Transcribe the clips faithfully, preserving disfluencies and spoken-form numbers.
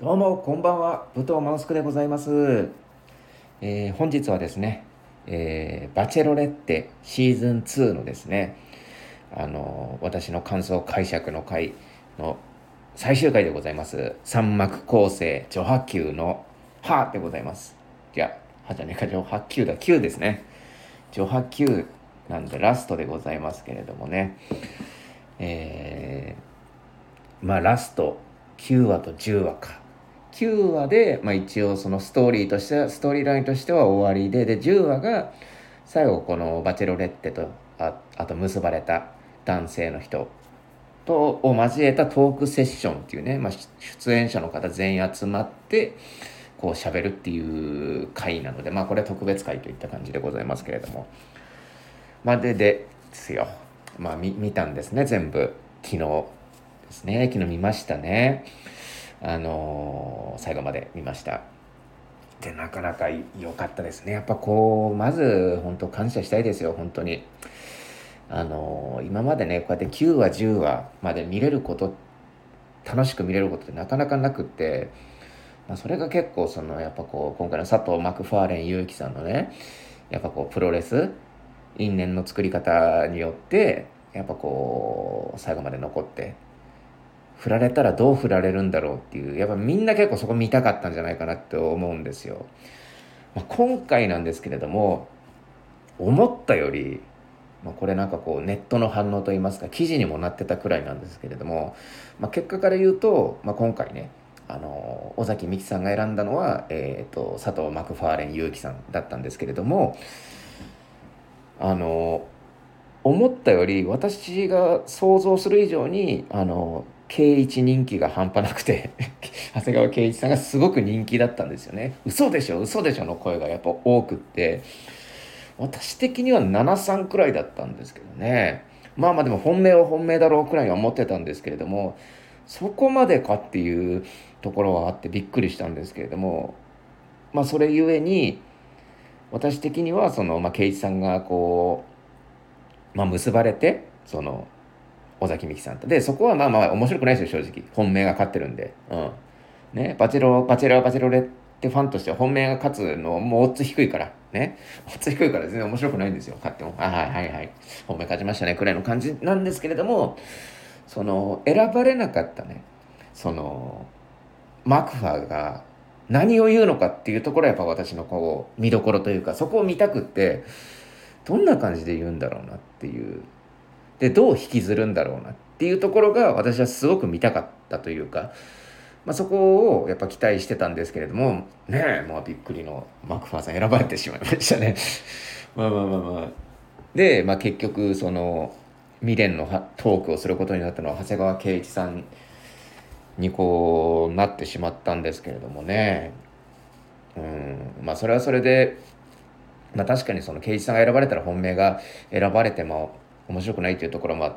どうもこんばんは、武藤マウスクでございます。えー本日はですね、えーバチェロレッテシーズンツーのですね、あのー私の感想解釈の回の最終回でございます。三幕構成序波球のはでございます。いや、はじゃねえか、序波球だ、きゅうですね。序波球なんでラストでございますけれどもね、えーまあラストきゅうわとじゅうわか。きゅうわで、まあ、一応そのストーリーとしてはストーリーラインとしては終わりで、でじゅうわが最後このバチェロレッテとああと結ばれた男性の人とを交えたトークセッションっていうね、まあ、出演者の方全員集まってこう喋るっていう回なので、まあこれは特別回といった感じでございますけれども、まあでですよ、まあ見見たんですね、全部。昨日ですね、昨日見ましたね。あのー最後まで見ました。でなかなか良かったですね。やっぱこうまず本当感謝したいですよ、本当に。あのー今までね、こうやってきゅうわじゅうわまで見れること、楽しく見れることってなかなかなくって、まあ、それが結構そのやっぱこう今回の佐藤マクファーレン勇気さんのね、やっぱこうプロレス因縁の作り方によってやっぱこう最後まで残って、振られたらどう振られるんだろうっていう、やっぱみんな結構そこ見たかったんじゃないかなって思うんですよ。まあ、今回なんですけれども、思ったより、まあ、これなんかこうネットの反応といいますか記事にもなってたくらいなんですけれども、まあ、結果から言うと、まあ、今回ね、あの尾崎美紀さんが選んだのは、えー、と佐藤マクファーレン勇気さんだったんですけれども、あの思ったより私が想像する以上にあの圭一人気が半端なくて長谷川圭一さんがすごく人気だったんですよね。嘘でしょ嘘でしょの声がやっぱ多くって、私的にはななさんくらいだったんですけどね。まあまあでも本命は本命だろうくらいは思ってたんですけれども、そこまでかっていうところはあってびっくりしたんですけれども、まあそれゆえに私的にはその、まあ、圭一さんがこう、まあ、結ばれてその尾崎美紀さんとで、そこはまあまあ面白くないですよ正直。本命が勝ってるんで、うんね、バチェロバチェラーバチェロレってファンとしては本命が勝つのもうオッズ低いからね、オッズ低いから全然面白くないんですよ、勝っても。あ、はいはいはい、本命勝ちましたねくらいの感じなんですけれども、その選ばれなかったね、そのマクファーが何を言うのかっていうところはやっぱ私のこう見どころというか、そこを見たくって、どんな感じで言うんだろうなっていう、でどう引きずるんだろうなっていうところが私はすごく見たかったというか、まあ、そこをやっぱ期待してたんですけれどもね、えまあびっくりのマクファーさん選ばれてしまいましたね。まあまあまあまあ。で、まあ、結局その未練のトークをすることになったのは長谷川圭一さんにこうなってしまったんですけれどもね。うん、まあそれはそれで、まあ、確かにその圭一さんが選ばれたら本命が選ばれても面白くないというところもあって、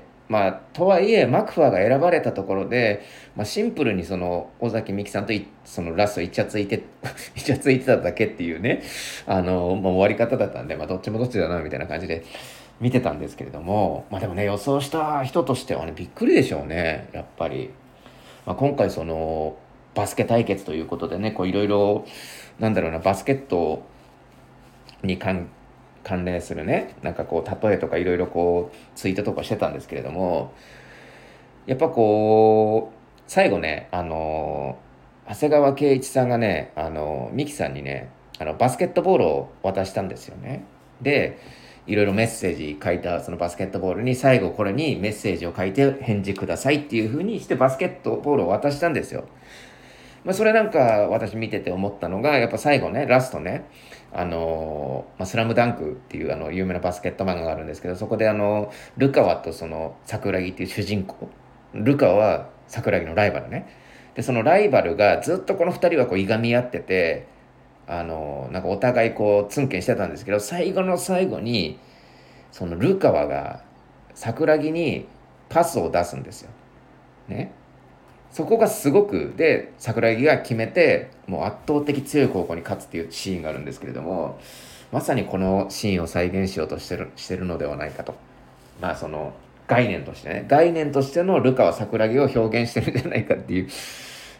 まあとはいえマクファーが選ばれたところで、まあ、シンプルにその尾崎美紀さんといそのラストイチャついてイチャついてただけっていうね、あの、まあ、終わり方だったんで、まあ、どっちもどっちだなみたいな感じで見てたんですけれども、まあでもね、予想した人としてはねびっくりでしょうね、やっぱり。まあ、今回そのバスケ対決ということでね、こういろいろなんだろうな、バスケットに関関連するね、なんかこう例えとかいろいろこうツイートとかしてたんですけれども、やっぱこう最後ね、あの長谷川圭一さんがね、あのミキさんにね、あのバスケットボールを渡したんですよね。でいろいろメッセージ書いたそのバスケットボールに最後これにメッセージを書いて返事くださいっていう風にしてバスケットボールを渡したんですよ。まあ、それなんか私見てて思ったのが、やっぱ最後ね、ラストね、あのーまあ、スラムダンクっていうあの有名なバスケット漫画があるんですけど、そこであのルカワとその桜木っていう主人公、ルカワは桜木のライバルね。でそのライバルがずっとこのふたりはこういがみ合ってて、あのーなんかお互いこうツンケンしてたんですけど、最後の最後にそのルカワが桜木にパスを出すんですよね。そこがすごく、で桜木が決めてもう圧倒的強い高校に勝つっていうシーンがあるんですけれども、まさにこのシーンを再現しようとしてるしてるのではないかと。まあその概念としてね、概念としてのルカは桜木を表現してるんじゃないかっていう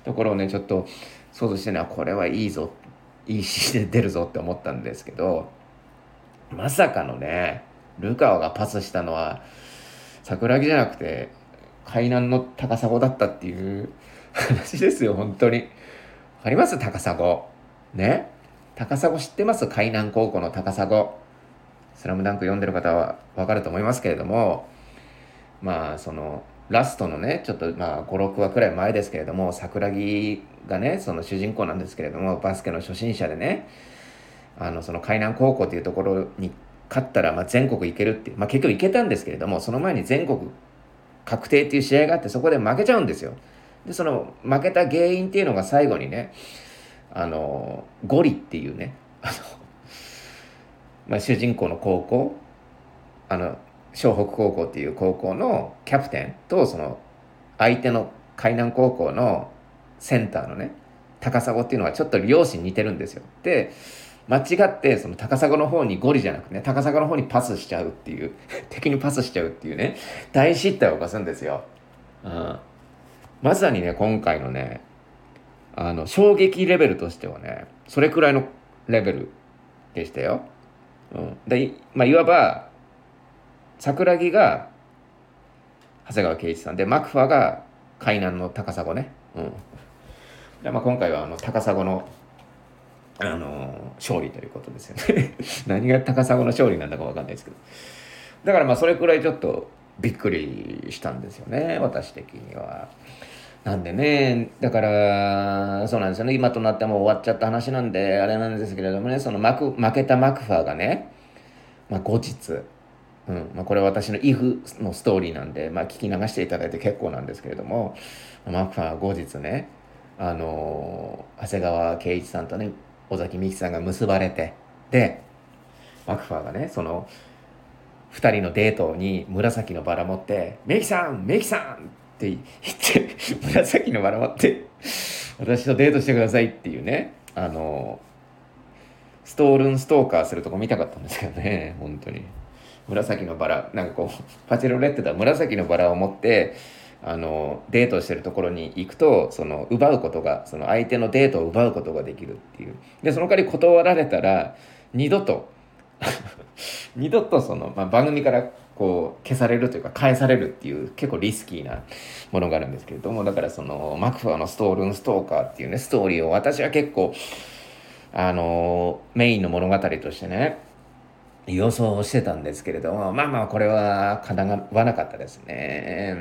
ところをねちょっと想像してね、これはいいぞ、いいシーンで出るぞって思ったんですけど、まさかのねルカワがパスしたのは桜木じゃなくて海南の高砂だったっていう話ですよ。本当にわかります？高砂ね、高砂知ってます？海南高校の高砂、スラムダンク読んでる方はわかると思いますけれども、まあそのラストのねちょっとまあごろくわくらい前ですけれども、桜木がねその主人公なんですけれども、バスケの初心者でね、あのその海南高校っていうところに勝ったらまあ全国行けるっていう、まあ、結局行けたんですけれども、その前に全国確定っていう試合があって、そこで負けちゃうんですよ。でその負けた原因っていうのが最後にね、あのゴリっていうね、あの、まあ、主人公の高校、あの湘北高校っていう高校のキャプテンと、その相手の海南高校のセンターのね高砂っていうのはちょっと両親似てるんですよ。で間違ってその高砂の方にゴリじゃなくね、高砂の方にパスしちゃうっていう敵にパスしちゃうっていうね大失態を犯すんですよ。うん、まさにね今回のねあの衝撃レベルとしてはねそれくらいのレベルでしたよ。うん、で、まあ、いわば桜木が長谷川圭一さんで、マクファが海南の高砂ね。うん、で、まあ、今回はあの高砂の、あのー勝利ということですよね。何が高砂の勝利なんだか分かんないですけど、だからまあそれくらいちょっとびっくりしたんですよね、私的には。なんでね、だからそうなんですよね、今となっても終わっちゃった話なんであれなんですけれどもね、その負負けたマクファーがね、まあ、後日、うんまあ、これは私のイフのストーリーなんで、まあ、聞き流していただいて結構なんですけれども、マクファーは後日ね、あのー長谷川圭一さんとね尾崎美紀さんが結ばれて、でマクファーがねそのふたりのデートに紫のバラ持って「メキさんメキさん!」って言って紫のバラ持って私とデートしてくださいっていうね、あのストールンストーカーするとこ見たかったんですけどね、本当に。紫のバラ、なんかこうパチェロレッテでは紫のバラを持ってあのデートしてるところに行くと、その奪うことが、その相手のデートを奪うことができるっていう。でその代わり断られたら二度と二度とその、まあ、番組からこう消されるというか返されるっていう結構リスキーなものがあるんですけれども、だからそのマクファーのストールンストーカーっていうねストーリーを私は結構あのメインの物語としてね予想してたんですけれども、まあまあこれはかなわなかったですね。うん、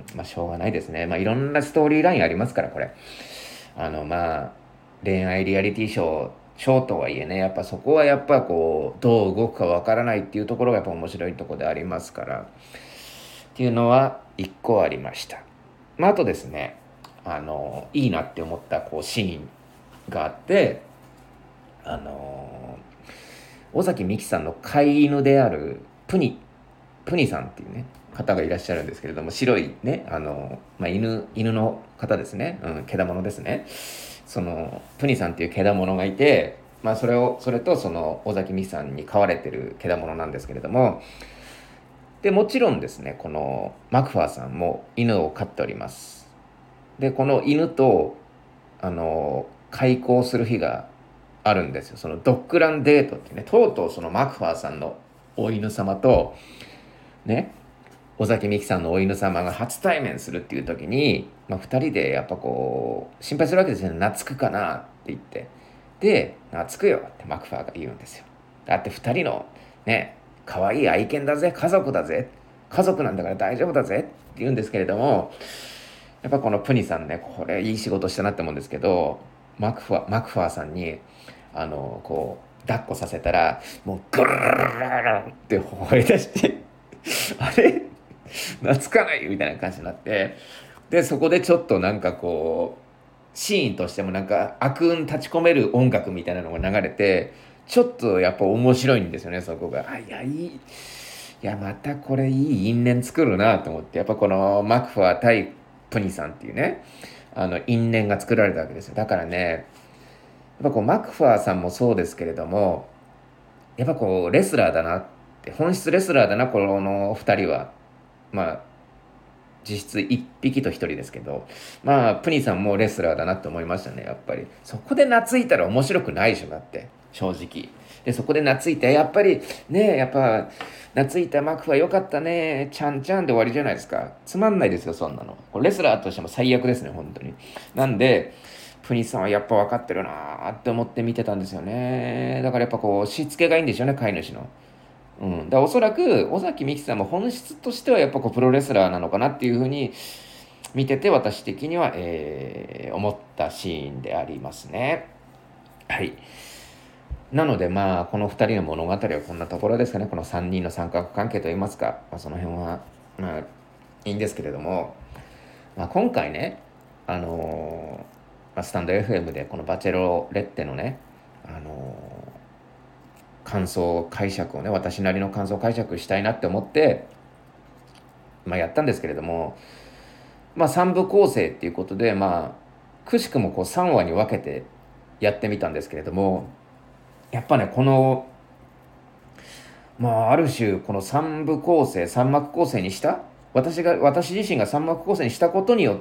まあしょうがないですね。まあいろんなストーリーラインありますからこれ。あのまあ恋愛リアリティショーショーとはいえね、やっぱそこはやっぱこうどう動くかわからないっていうところがやっぱ面白いところでありますからっていうのは一個ありました。まああとですね、あのいいなって思ったこうシーンがあって、あの尾崎美紀さんの飼い犬であるプニプニさんっていうね方がいらっしゃるんですけれども、白いねあの、まあ、犬犬の方ですね、うん、毛玉ですね。そのプニさんっていう毛玉がいて、まあ、それをそれとその尾崎美紀さんに飼われてる毛玉なんですけれども、でもちろんですねこのマクファーさんも犬を飼っております。でこの犬とあの開口する日があるんですよ。そのドッグランデートってね、とうとうそのマクファーさんのお犬様とね尾崎美紀さんのお犬様が初対面するっていう時に、まあ、ふたりでやっぱこう心配するわけですよね。懐くかなって言って、で懐くよってマクファーが言うんですよ。だってふたりのね可愛い愛犬だぜ、家族だぜ、家族なんだから大丈夫だぜって言うんですけれども、やっぱこのプニさんね、これいい仕事したなって思うんですけど、マクファマクファーさんにあのこう抱っこさせたらもうグルルルルルって微笑出してあれ懐かないみたいな感じになって、でそこでちょっとなんかこうシーンとしてもなんか悪運立ち込める音楽みたいなのが流れて、ちょっとやっぱ面白いんですよね、そこが。あいやいいいやまたこれいい因縁作るなと思って、やっぱこのマクファー対プニさんっていうねあの因縁が作られたわけですよ。だからね、やっぱこうマクファーさんもそうですけれども、やっぱこうレスラーだなって、本質レスラーだなこのふたりは。まあ実質いっぴきとひとりですけど、まあプニさんもレスラーだなって思いましたね。やっぱりそこで懐いたら面白くないでしょ、だって正直。でそこで懐いて、やっぱりね、やっぱ懐いたマクは良かったね、ちゃんちゃんで終わりじゃないですか。つまんないですよ、そんなの。これレスラーとしても最悪ですね、本当に。なんでプニさんはやっぱ分かってるなーって思って見てたんですよね。だからやっぱこうしつけがいいんでしょうね、飼い主の。うん、だからおそらく尾崎美紀さんも本質としてはやっぱこうプロレスラーなのかなっていうふうに見てて、私的には、えー思ったシーンでありますね。はい。なのでまあこのふたりの物語はこんなところですかね。このさんにんの三角関係といいますか、まあ、その辺はまあいいんですけれども、まあ、今回ね、あのーまあ、スタンド エフエム でこのバチェロレッテのね、あのー感想解釈をね、私なりの感想解釈したいなって思って、まあ、やったんですけれども、まあ、さん部構成っていうことで、まあ、くしくもこうさんわに分けてやってみたんですけれども、やっぱねこの、まあ、ある種このさん部構成さん幕構成にした私が私自身がさん幕構成にしたことによって、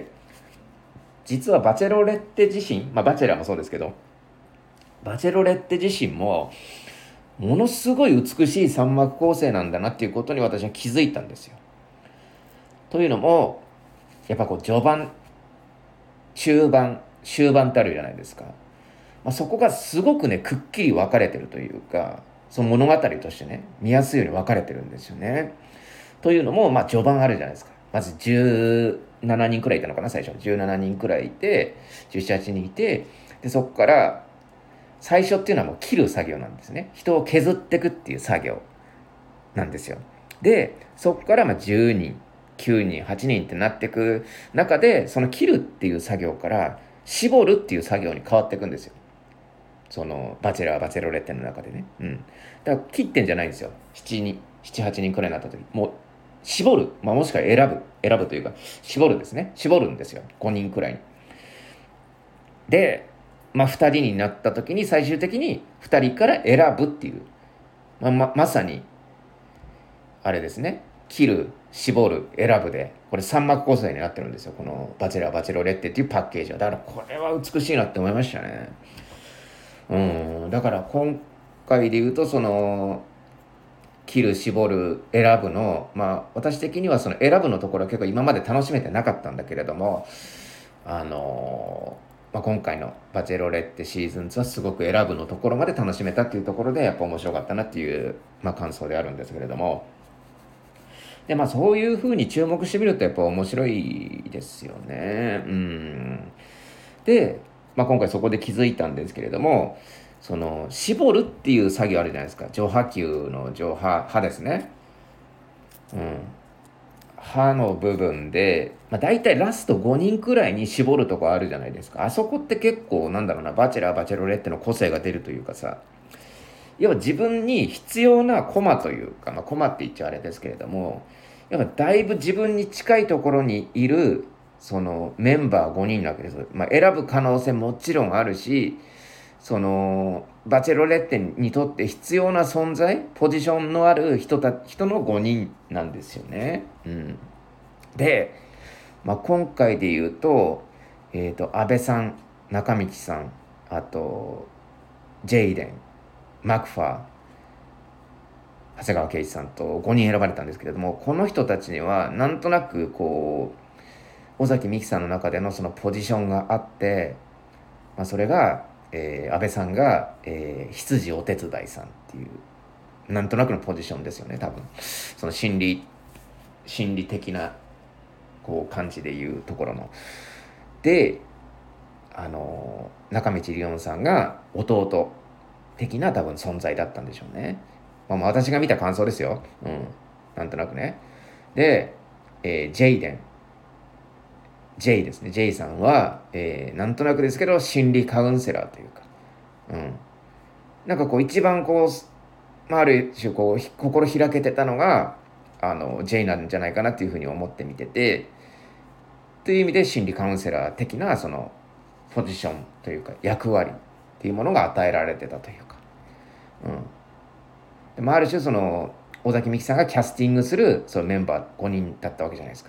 実はバチェロレッテ自身、まあ、バチェラーもそうですけど、バチェロレッテ自身もものすごい美しいさん幕構成なんだなっていうことに私は気づいたんですよ。というのも、やっぱこう序盤、中盤、終盤ってあるじゃないですか。まあ、そこがすごくねくっきり分かれてるというか、その物語としてね見やすいように分かれてるんですよね。というのも、まあ序盤あるじゃないですか。まずじゅうななにんくらいいたのかな、最初じゅうななにんくらいいて、じゅうなな、はちにんいて、でそこから最初っていうのはもう切る作業なんですね。人を削っていくっていう作業なんですよ。でそこからまあじゅうにん、きゅうにん、はちにんってなっていく中で、その切るっていう作業から絞るっていう作業に変わっていくんですよ。そのバチェラーバチェロレッテの中でね。うんだから切ってんじゃないんですよ。ななにん、なな、はちにんくらいになった時、もう絞る、まあ、もしくは選ぶ選ぶというか絞るですね。絞るんですよ、ごにんくらいに。で、まあ、ふたりになった時に最終的にふたりから選ぶっていう、まあ、ままさにあれですね、切る絞る選ぶで、これさん幕構成になってるんですよ、このバチェラーバチェロレッテっていうパッケージは。だからこれは美しいなって思いましたね。うんだから今回で言うと、その切る絞る選ぶの、まあ私的にはその選ぶのところは結構今まで楽しめてなかったんだけれども、あのまあ、今回のバチェロレッテシーズンツーはすごく選ぶのところまで楽しめたっていうところでやっぱ面白かったなっていう、まあ、感想であるんですけれども、でまあそういうふうに注目してみるとやっぱ面白いですよね。うんで、まあ、今回そこで気づいたんですけれども、その絞るっていう作業あるじゃないですか。上波球の上波歯ですね。うん歯の部分で、まあ、大体ラストごにんくらいに絞るとこあるじゃないですか。あそこって結構なんだろうな、バチェラーバチェロレッテの個性が出るというかさ、要は自分に必要なコマというか、まあ、コマって言っちゃあれですけれども、やっぱだいぶ自分に近いところにいるそのメンバーごにんなわけです。まあ、選ぶ可能性もちろんあるし、そのバチェロレッテにとって必要な存在、ポジションのある人た人のごにんなんですよね。うん、で、まあ、今回で言うと、えっ、と安倍さん、中道さん、あとジェイデン、マクファー、長谷川圭一さんとごにん選ばれたんですけれども、この人たちにはなんとなくこう尾崎美紀さんの中でのそのポジションがあって、まあ、それが、えー安倍さんが、えー、羊お手伝いさんっていうなんとなくのポジションですよね、多分。その心理心理的なこう感じでいうところの。で、あの中道リオンさんが弟的な多分存在だったんでしょうね。まあ、まあ私が見た感想ですよ。うん。なんとなくね。で、えージェイデン。J ですね。J さんは、えーなんとなくですけど、心理カウンセラーというか、うん。なんかこう一番こう、まあ、ある種こう心開けてたのが、あの、J なんじゃないかなっていうふうに思って見てて、という意味で心理カウンセラー的なそのポジションというか役割っていうものが与えられてたというか、うん。でもある種その尾崎美紀さんがキャスティングするそのメンバーごにんだったわけじゃないですか。っ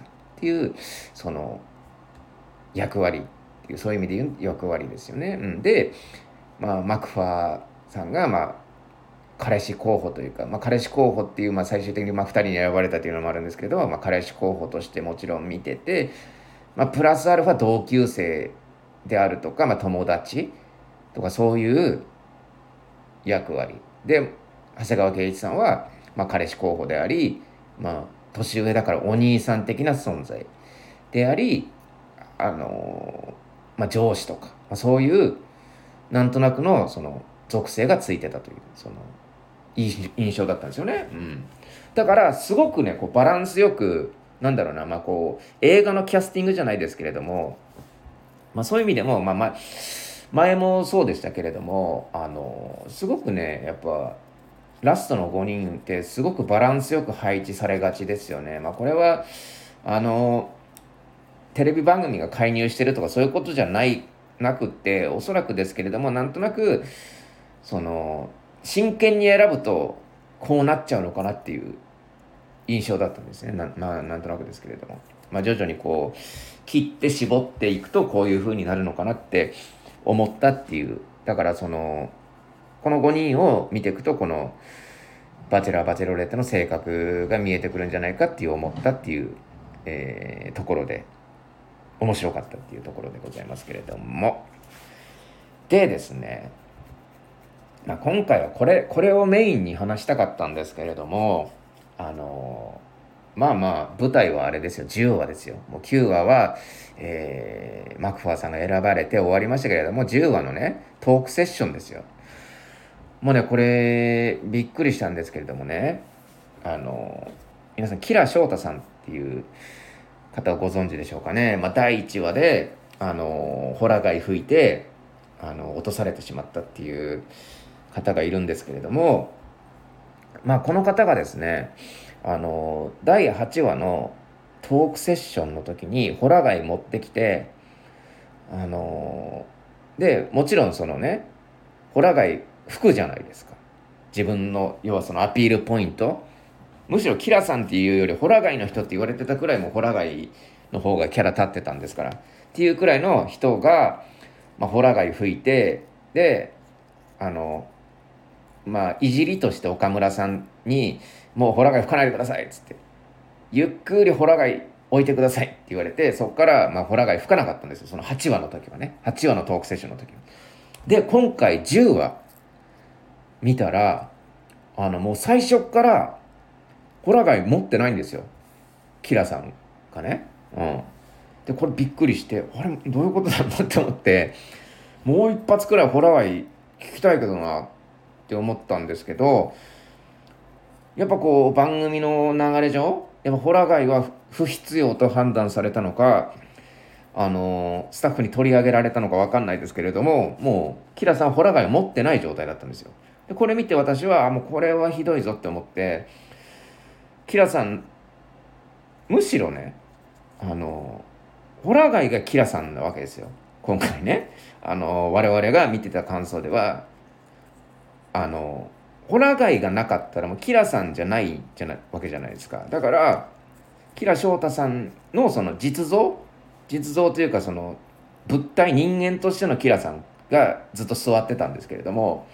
っていうその役割っていう、そういう意味で言う役割ですよね。うん、で、まあ、マクファーさんがまあ彼氏候補というか、まあ、彼氏候補っていう、まあ、最終的にまあふたりに選ばれたというのもあるんですけど、まあ、彼氏候補としてもちろん見てて、まあ、プラスアルファ同級生であるとか、まあ、友達とかそういう役割で、長谷川圭一さんは、まあ、彼氏候補であり、まあ、年上だからお兄さん的な存在であり、あのまあ、上司とか、まあ、そういうなんとなくのその属性がついてたというそのいい印象だったんですよね。うん、だからすごくねこうバランスよく、なんだろうな、まあ、こう映画のキャスティングじゃないですけれども、まあ、そういう意味でも、まあまあ、前もそうでしたけれども、あのすごくねやっぱラストのごにんってすごくバランスよく配置されがちですよね。まあ、これはあのテレビ番組が介入してるとかそういうことじゃないなくって、おそらくですけれども、なんとなくその真剣に選ぶとこうなっちゃうのかなっていう印象だったんですね。な、まあ、なんとなくですけれども、まあ、徐々にこう切って絞っていくとこういう風になるのかなって思ったっていう。だからそのこのごにんを見ていくと、このバチェラーバチェロレッテの性格が見えてくるんじゃないかっていう思ったっていう、えーところで面白かったっていうところでございますけれども、でですね、まあ、今回はこれこれをメインに話したかったんですけれども、あのまあまあ舞台はあれですよ、じゅうわですよ。もうきゅうわは、えーマクファーさんが選ばれて終わりましたけれども、じゅうわのねトークセッションですよ。もうねこれびっくりしたんですけれどもね、あの皆さんキラ翔太さんっていう方をご存知でしょうかね。まあ、だいいちわであのホラ貝吹いてあの落とされてしまったっていう方がいるんですけれども、まあ、この方がですね、あのだいはちわのトークセッションの時にホラ貝持ってきて、あのでもちろんそのねホラ貝吹くじゃないですか。自分の要はそのアピールポイント、むしろキラさんっていうよりホラ貝の人って言われてたくらい、もうホラ貝の方がキャラ立ってたんですからっていうくらいの人が、まあ、ホラ貝吹いて、であのまあいじりとして岡村さんにもうホラ貝吹かないでくださいっつって、ゆっくりホラ貝置いてくださいって言われて、そこからまあホラ貝吹かなかったんですよ、そのはちわの時はね。はちわのトークセッションの時は。で今回じゅうわ見たら、あのもう最初からホラ貝持ってないんですよ、キラさんがね。うん。でこれびっくりして、あれどういうことなんだって思って、もう一発くらいホラ貝聞きたいけどなって思ったんですけど、やっぱこう番組の流れ上やっぱホラ貝は不必要と判断されたのか、あのスタッフに取り上げられたのか分かんないですけれども、もうキラさんホラ貝を持ってない状態だったんですよ。でこれ見て私はもうこれはひどいぞって思って、キラさんむしろね、あのホラ貝がキラさんなわけですよ今回ね。あの我々が見てた感想では、あのホラ貝がなかったらもうキラさんじゃないじゃないわけじゃないですか。だからキラ翔太さんのその実像実像というか、その物体人間としてのキラさんがずっと座ってたんですけれども、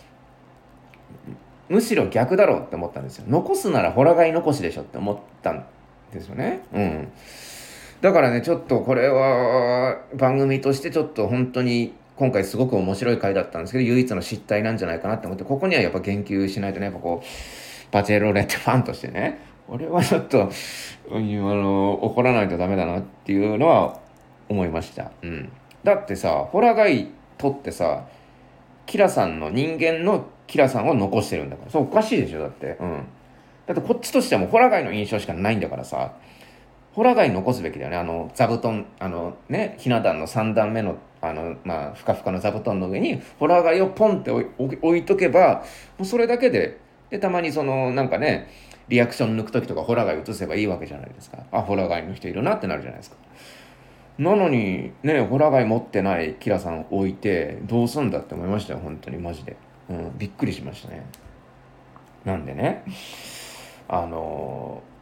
むしろ逆だろうって思ったんですよ。残すならホラ貝残しでしょって思ったんですよね。うん。だからねちょっとこれは番組としてちょっと本当に今回すごく面白い回だったんですけど、唯一の失態なんじゃないかなって思って、ここにはやっぱ言及しないとね、やっぱこうバチェロレッテファンとしてね、俺はちょっと、うん、あの怒らないとダメだなっていうのは思いました。うん。だってさ、ホラガイ取ってさ、キラさんの人間のキラさんを残してるんだから、そうおかしいでしょ。だって、うん。だってこっちとしてはもうホラガイの印象しかないんだからさ、ホラ貝残すべきだよね。あの座布団、あのね、ひな壇のさんだんめのあのまあふかふかの座布団の上にホラ貝をポンって置い置いとけば、もうそれだけで、でたまにそのなんかねリアクション抜く時とかホラ貝移せばいいわけじゃないですか。あ、ホラ貝の人いるなってなるじゃないですか。なのにね、ホラ貝持ってないキラさん置いてどうすんだって思いましたよ、本当にマジで。うん、びっくりしましたね。なんでね、あの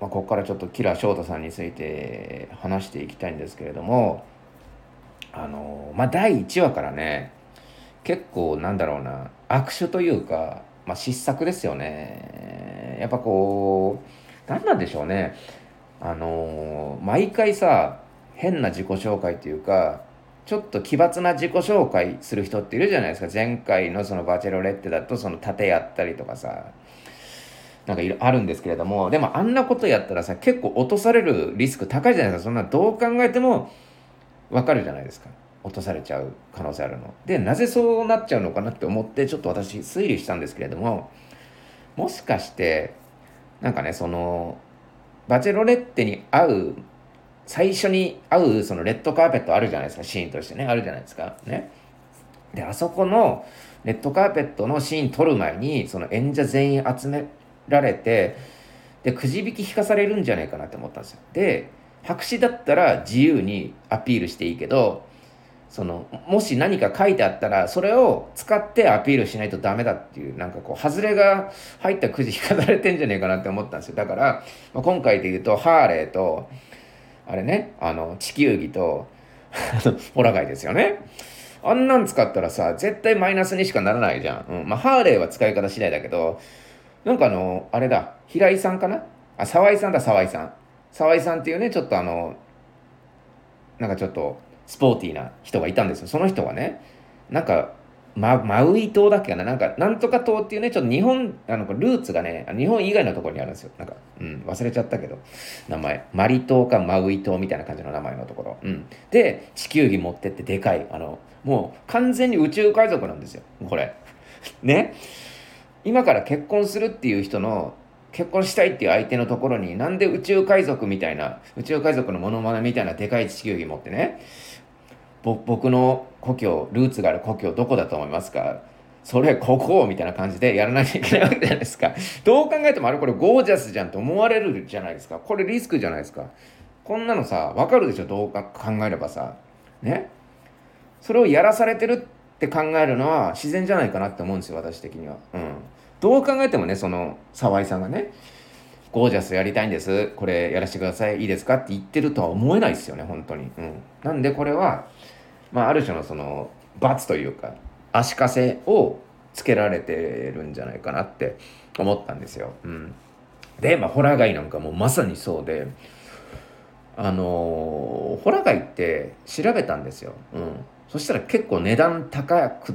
まあ、ここからちょっとキラー翔太さんについて話していきたいんですけれども、あのまあだいいちわからね、結構なんだろうな、悪手というか、まあ、失策ですよね。やっぱこう何なんでしょうね。あの毎回さ、変な自己紹介というか、ちょっと奇抜な自己紹介する人っているじゃないですか。前回のそのバチェロレッテだとその盾やったりとかさ、なんかいろあるんですけれども、でもあんなことやったらさ、結構落とされるリスク高いじゃないですか。そんなどう考えてもわかるじゃないですか。落とされちゃう可能性あるので、なぜそうなっちゃうのかなって思って、ちょっと私推理したんですけれども、もしかしてなんかね、そのバチェロレッテに会う、最初に会うそのレッドカーペットあるじゃないですか。シーンとしてね、あるじゃないですかね。で、あそこのレッドカーペットのシーン撮る前に、その演者全員集められて、で、くじ引き引かされるんじゃないかなって思ったんですよ。で、白紙だったら自由にアピールしていいけど、そのもし何か書いてあったらそれを使ってアピールしないとダメだっていう、なんかこう外れが入ったくじ引かされてんじゃねえかなって思ったんですよ。だから、まあ、今回で言うとハーレーとあれね、あの地球儀とホラガイですよね。あんなん使ったらさ、絶対マイナスにしかならないじゃん。うん、まあハーレーは使い方次第だけど、なんかあのあれだ、平井さんかな、あ、沢井さんだ、沢井さん。沢井さんっていうね、ちょっとあのなんかちょっとスポーティーな人がいたんですよ。その人がね、なんか、ママウイ島だっけかな、なんか、なんとか島っていうね、ちょっと日本、あの、ルーツがね、日本以外のところにあるんですよ。なんか、うん、忘れちゃったけど、名前。マリ島かマウイ島みたいな感じの名前のところ。うん。で、地球儀持ってってでかい、あの、もう完全に宇宙海賊なんですよ。これ。ね。今から結婚するっていう人の、結婚したいっていう相手のところに、なんで宇宙海賊みたいな、宇宙海賊のモノマネみたいなでかい地球儀持ってね、ぼ僕の故郷、ルーツがある故郷どこだと思いますか？それここみたいな感じでやらなきゃいけないわけじゃないですか。どう考えてもあれこれゴージャスじゃんと思われるじゃないですか。これリスクじゃないですか。こんなのさ、わかるでしょ、どうか考えればさ。ね。それをやらされてるって考えるのは自然じゃないかなって思うんですよ、私的には。うん。どう考えてもね、その沢井さんがね、ゴージャスやりたいんです、これやらせてください、いいですかって言ってるとは思えないですよね、本当に。うん。なんでこれは、まあ、ある種のその罰というか足かせをつけられてるんじゃないかなって思ったんですよ。うん、で、まあ、ホラガイなんかもまさにそうで、あのーホラガイって調べたんですよ。うん、そしたら結構値段高くって、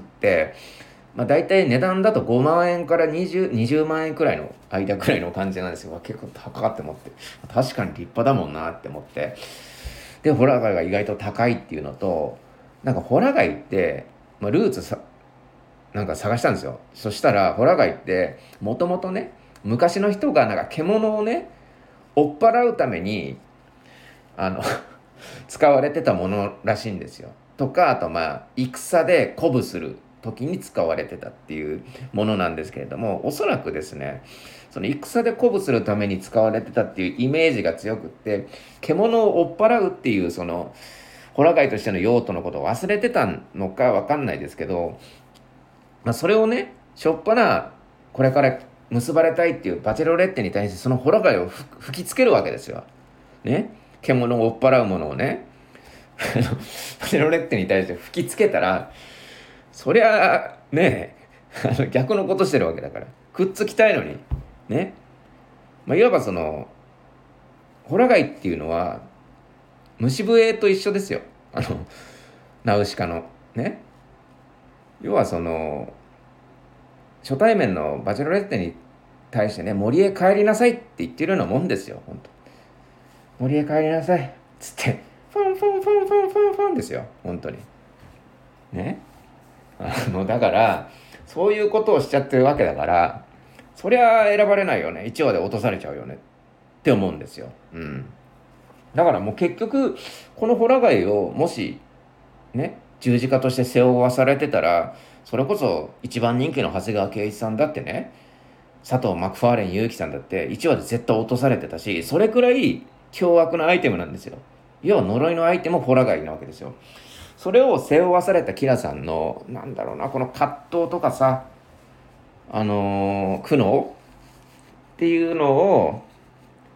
まあ、大体値段だとごまん円からにじゅう、にじゅうまん円くらいの間くらいの感じなんですよ。結構高って思って、確かに立派だもんなって思って、でホラガイが意外と高いっていうのと、なんかホラガイって、まあ、ルーツさなんか探したんですよ。そしたらホラガイってもともとね、昔の人がなんか獣をね追っ払うためにあの使われてたものらしいんですよ。とか、あとまあ戦で鼓舞する時に使われてたっていうものなんですけれども、おそらくですね、その戦で鼓舞するために使われてたっていうイメージが強くって、獣を追っ払うっていうそのホラガイとしての用途のことを忘れてたのかわかんないですけど、まあ、それをね、しょっぱなこれから結ばれたいっていうバチェロレッテに対してそのホラガイを吹きつけるわけですよ。ね。獣を追っ払うものをね、バチェロレッテに対して吹きつけたら、そりゃね、あの逆のことしてるわけだから、くっつきたいのにね、まあ、いわばそのホラガイっていうのは虫笛と一緒ですよ。あのナウシカのね、要はその初対面のバチェロレッテに対してね、森へ帰りなさいって言ってるようなもんですよ。本当森へ帰りなさいっつってフンフンフンフンフンフンですよ、本当にね。あのだからそういうことをしちゃってるわけだから、そりゃ選ばれないよね、いちわで落とされちゃうよねって思うんですよ。うん。だからもう結局このホラガイをもしね、十字架として背負わされてたら、それこそ一番人気の長谷川圭一さんだってね、佐藤マクファーレン勇気さんだっていちわで絶対落とされてたし、それくらい凶悪なアイテムなんですよ。要は呪いのアイテム、ホラガイなわけですよ。それを背負わされたキラさんのなんだろうな、この葛藤とかさ、あのー苦悩っていうのを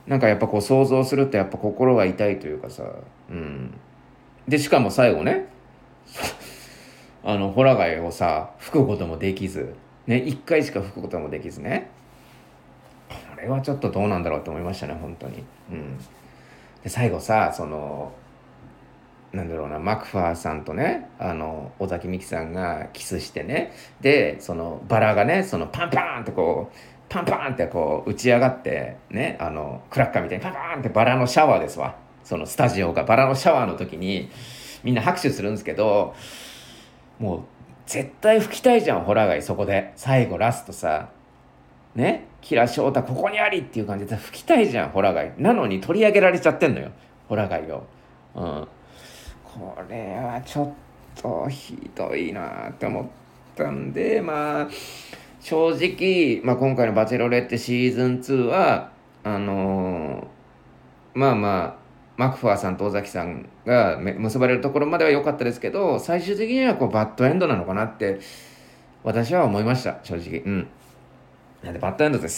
なんかやっぱこう想像するとやっぱ心が痛いというかさ、うん。で、しかも最後ね、あの、ホラ貝をさ、吹くこともできず、ね、一回しか吹くこともできずね、これはちょっとどうなんだろうと思いましたね、本当に。うん。で、最後さ、その、なんだろうな、マクファーさんとね、あの、尾崎美紀さんがキスしてね、で、そのバラがね、そのパンパーンってこう、パンパーンってこう打ち上がって、ね、あの、クラッカーみたいにパンパーンってバラのシャワーですわ。そのスタジオがバラのシャワーの時に、みんな拍手するんですけど、もう、絶対吹きたいじゃん、ホラガイ、そこで。最後、ラストさ、ね、キラ翔太ここにありっていう感じで吹きたいじゃん、ホラガイ。なのに取り上げられちゃってんのよ、ホラガイを。うん。これはちょっとひどいなって思ったんで、まあ、正直、まあ、今回の「バチェロレッテ」シーズンツーはあのーまあまあマクファーさんと尾崎さんが結ばれるところまでは良かったですけど、最終的にはこうバッドエンドなのかなって私は思いました、正直。うん。なんでバッドエンドです。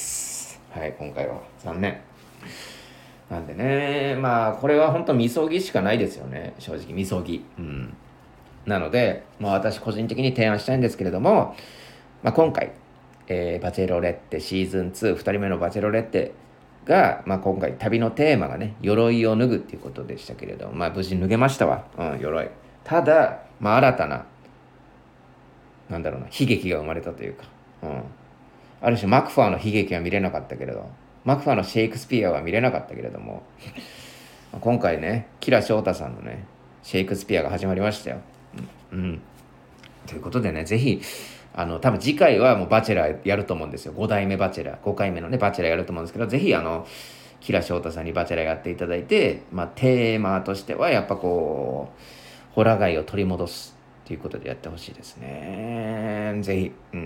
はい、今回は残念。なんでね、まあこれは本当みそぎしかないですよね、正直。みそぎ。うん。なので、まあ、私個人的に提案したいんですけれども、まあ、今回、えーバチェロレッテシーズンツー、ふたりめのバチェロレッテが、まあ、今回旅のテーマがね、鎧を脱ぐっていうことでしたけれども、まあ、無事脱げましたわ、うん、鎧。ただ、まあ、新たな、なんだろうな、悲劇が生まれたというか、うん、ある種マクファーの悲劇は見れなかったけれど、マクファーのシェイクスピアは見れなかったけれども、今回ね、キラ翔太さんのね、シェイクスピアが始まりましたよ。うん、うん、ということでね、ぜひ、あの、多分次回はもうバチェラーやると思うんですよ。ご代目バチェラー、ごかいめのね、バチェラーやると思うんですけど、ぜひ、あの、キラ翔太さんにバチェラーやっていただいて、まあ、テーマとしては、やっぱこう、ホラ貝を取り戻すっていうことでやってほしいですね。ぜひ、うん、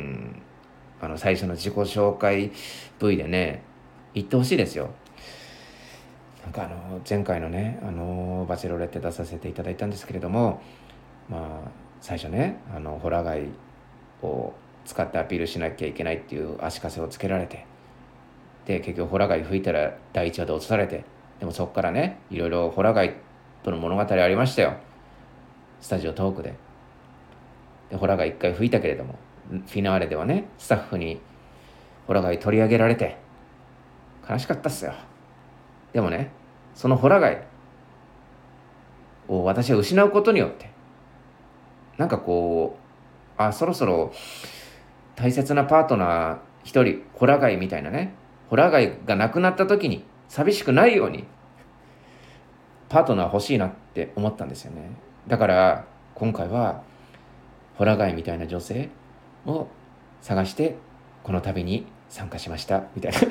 あの、最初の自己紹介 ブイ でね、言ってほしいですよ。なんかあの、前回のね、あの、バチェロレッテ出させていただいたんですけれども、まあ、最初ね、あの、ホラ貝を使ってアピールしなきゃいけないっていう足かせをつけられて、で結局ホラ貝吹いたら第一話で落とされて、でもそこからね、いろいろホラ貝との物語ありましたよ、スタジオトークで。でホラ貝一回吹いたけれども、フィナーレではね、スタッフにホラ貝取り上げられて悲しかったっすよ。でもね、そのホラ貝を私は失うことによって、なんかこう、あ、そろそろ大切なパートナー一人、ホラ貝みたいなね、ホラ貝が亡くなった時に寂しくないようにパートナー欲しいなって思ったんですよね。だから今回はホラ貝みたいな女性を探してこの旅に参加しましたみたいな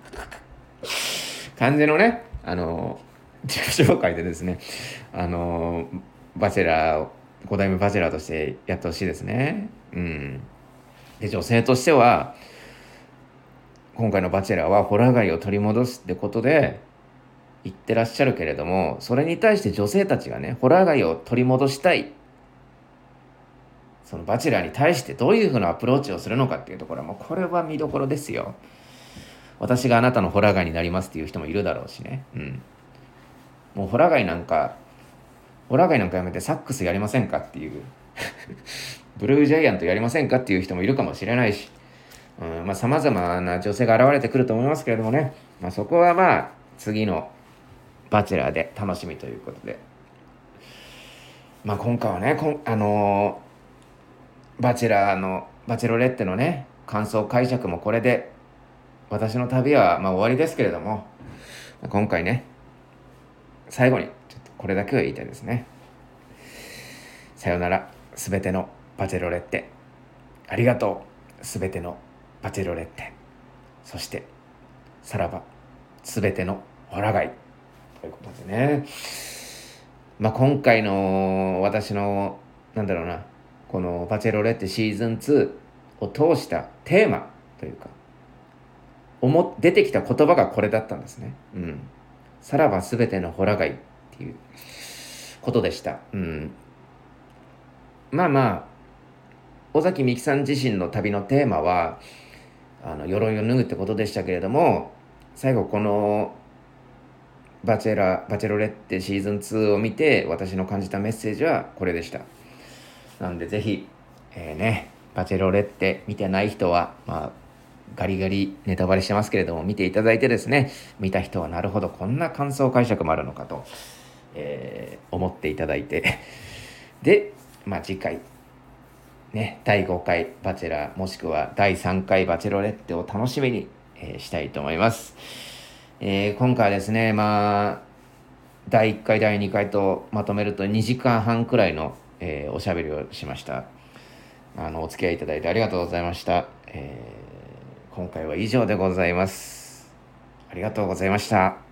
感じのね、あの自己紹介でですね、あのバチェラーをご代目バチェラーとしてやってほしいですね。うん。で女性としては今回のバチェラーはホラ貝を取り戻すってことで言ってらっしゃるけれども、それに対して女性たちがね、ホラ貝を取り戻したい、そのバチェラーに対してどういうふうなアプローチをするのかっていうところは、もうこれは見どころですよ。私があなたのホラ貝になりますっていう人もいるだろうしね。うん。もうホラ貝なんか、ホラ貝なんかやめてサックスやりませんかっていう、ブルージャイアントやりませんかっていう人もいるかもしれないし、うん、まあ様々な女性が現れてくると思いますけれどもね、まあそこはまあ次のバチェラーで楽しみということで、まあ今回はね、こんあのーバチェラーのバチェロレッテのね感想解釈もこれで私の旅はまあ終わりですけれども、今回ね最後にちょっとこれだけは言いたいですね。さよならすべてのバチェロレッテ、ありがとうすべてのバチェロレッテ、そしてさらばすべてのホラ貝ということでね、まあ今回の私のなんだろうな、このバチェロレッテシーズンツーを通したテーマというか、おも出てきた言葉がこれだったんですね。うん。さらばすべてのホラ貝っていうことでした。うん。まあまあ、尾崎美紀さん自身の旅のテーマは、あの鎧を脱ぐってことでしたけれども、最後このバチェラーバチェロレッテシーズンツーを見て私の感じたメッセージはこれでした。なんでぜひ、えー、ねバチェロレッテ見てない人はまあガリガリネタバレしてますけれども見ていただいてですね、見た人はなるほどこんな感想解釈もあるのかと、えー、思っていただいてで、まあ、次回ねだいごかいバチェラーもしくはだいさんかいバチェロレッテを楽しみに、えー、したいと思います。えー、今回はですねまあだいいっかいだいにかいとまとめるとにじかんはんくらいの、えー、おしゃべりをしました。あのお付き合いいただいてありがとうございました。えー、今回は以上でございます。ありがとうございました。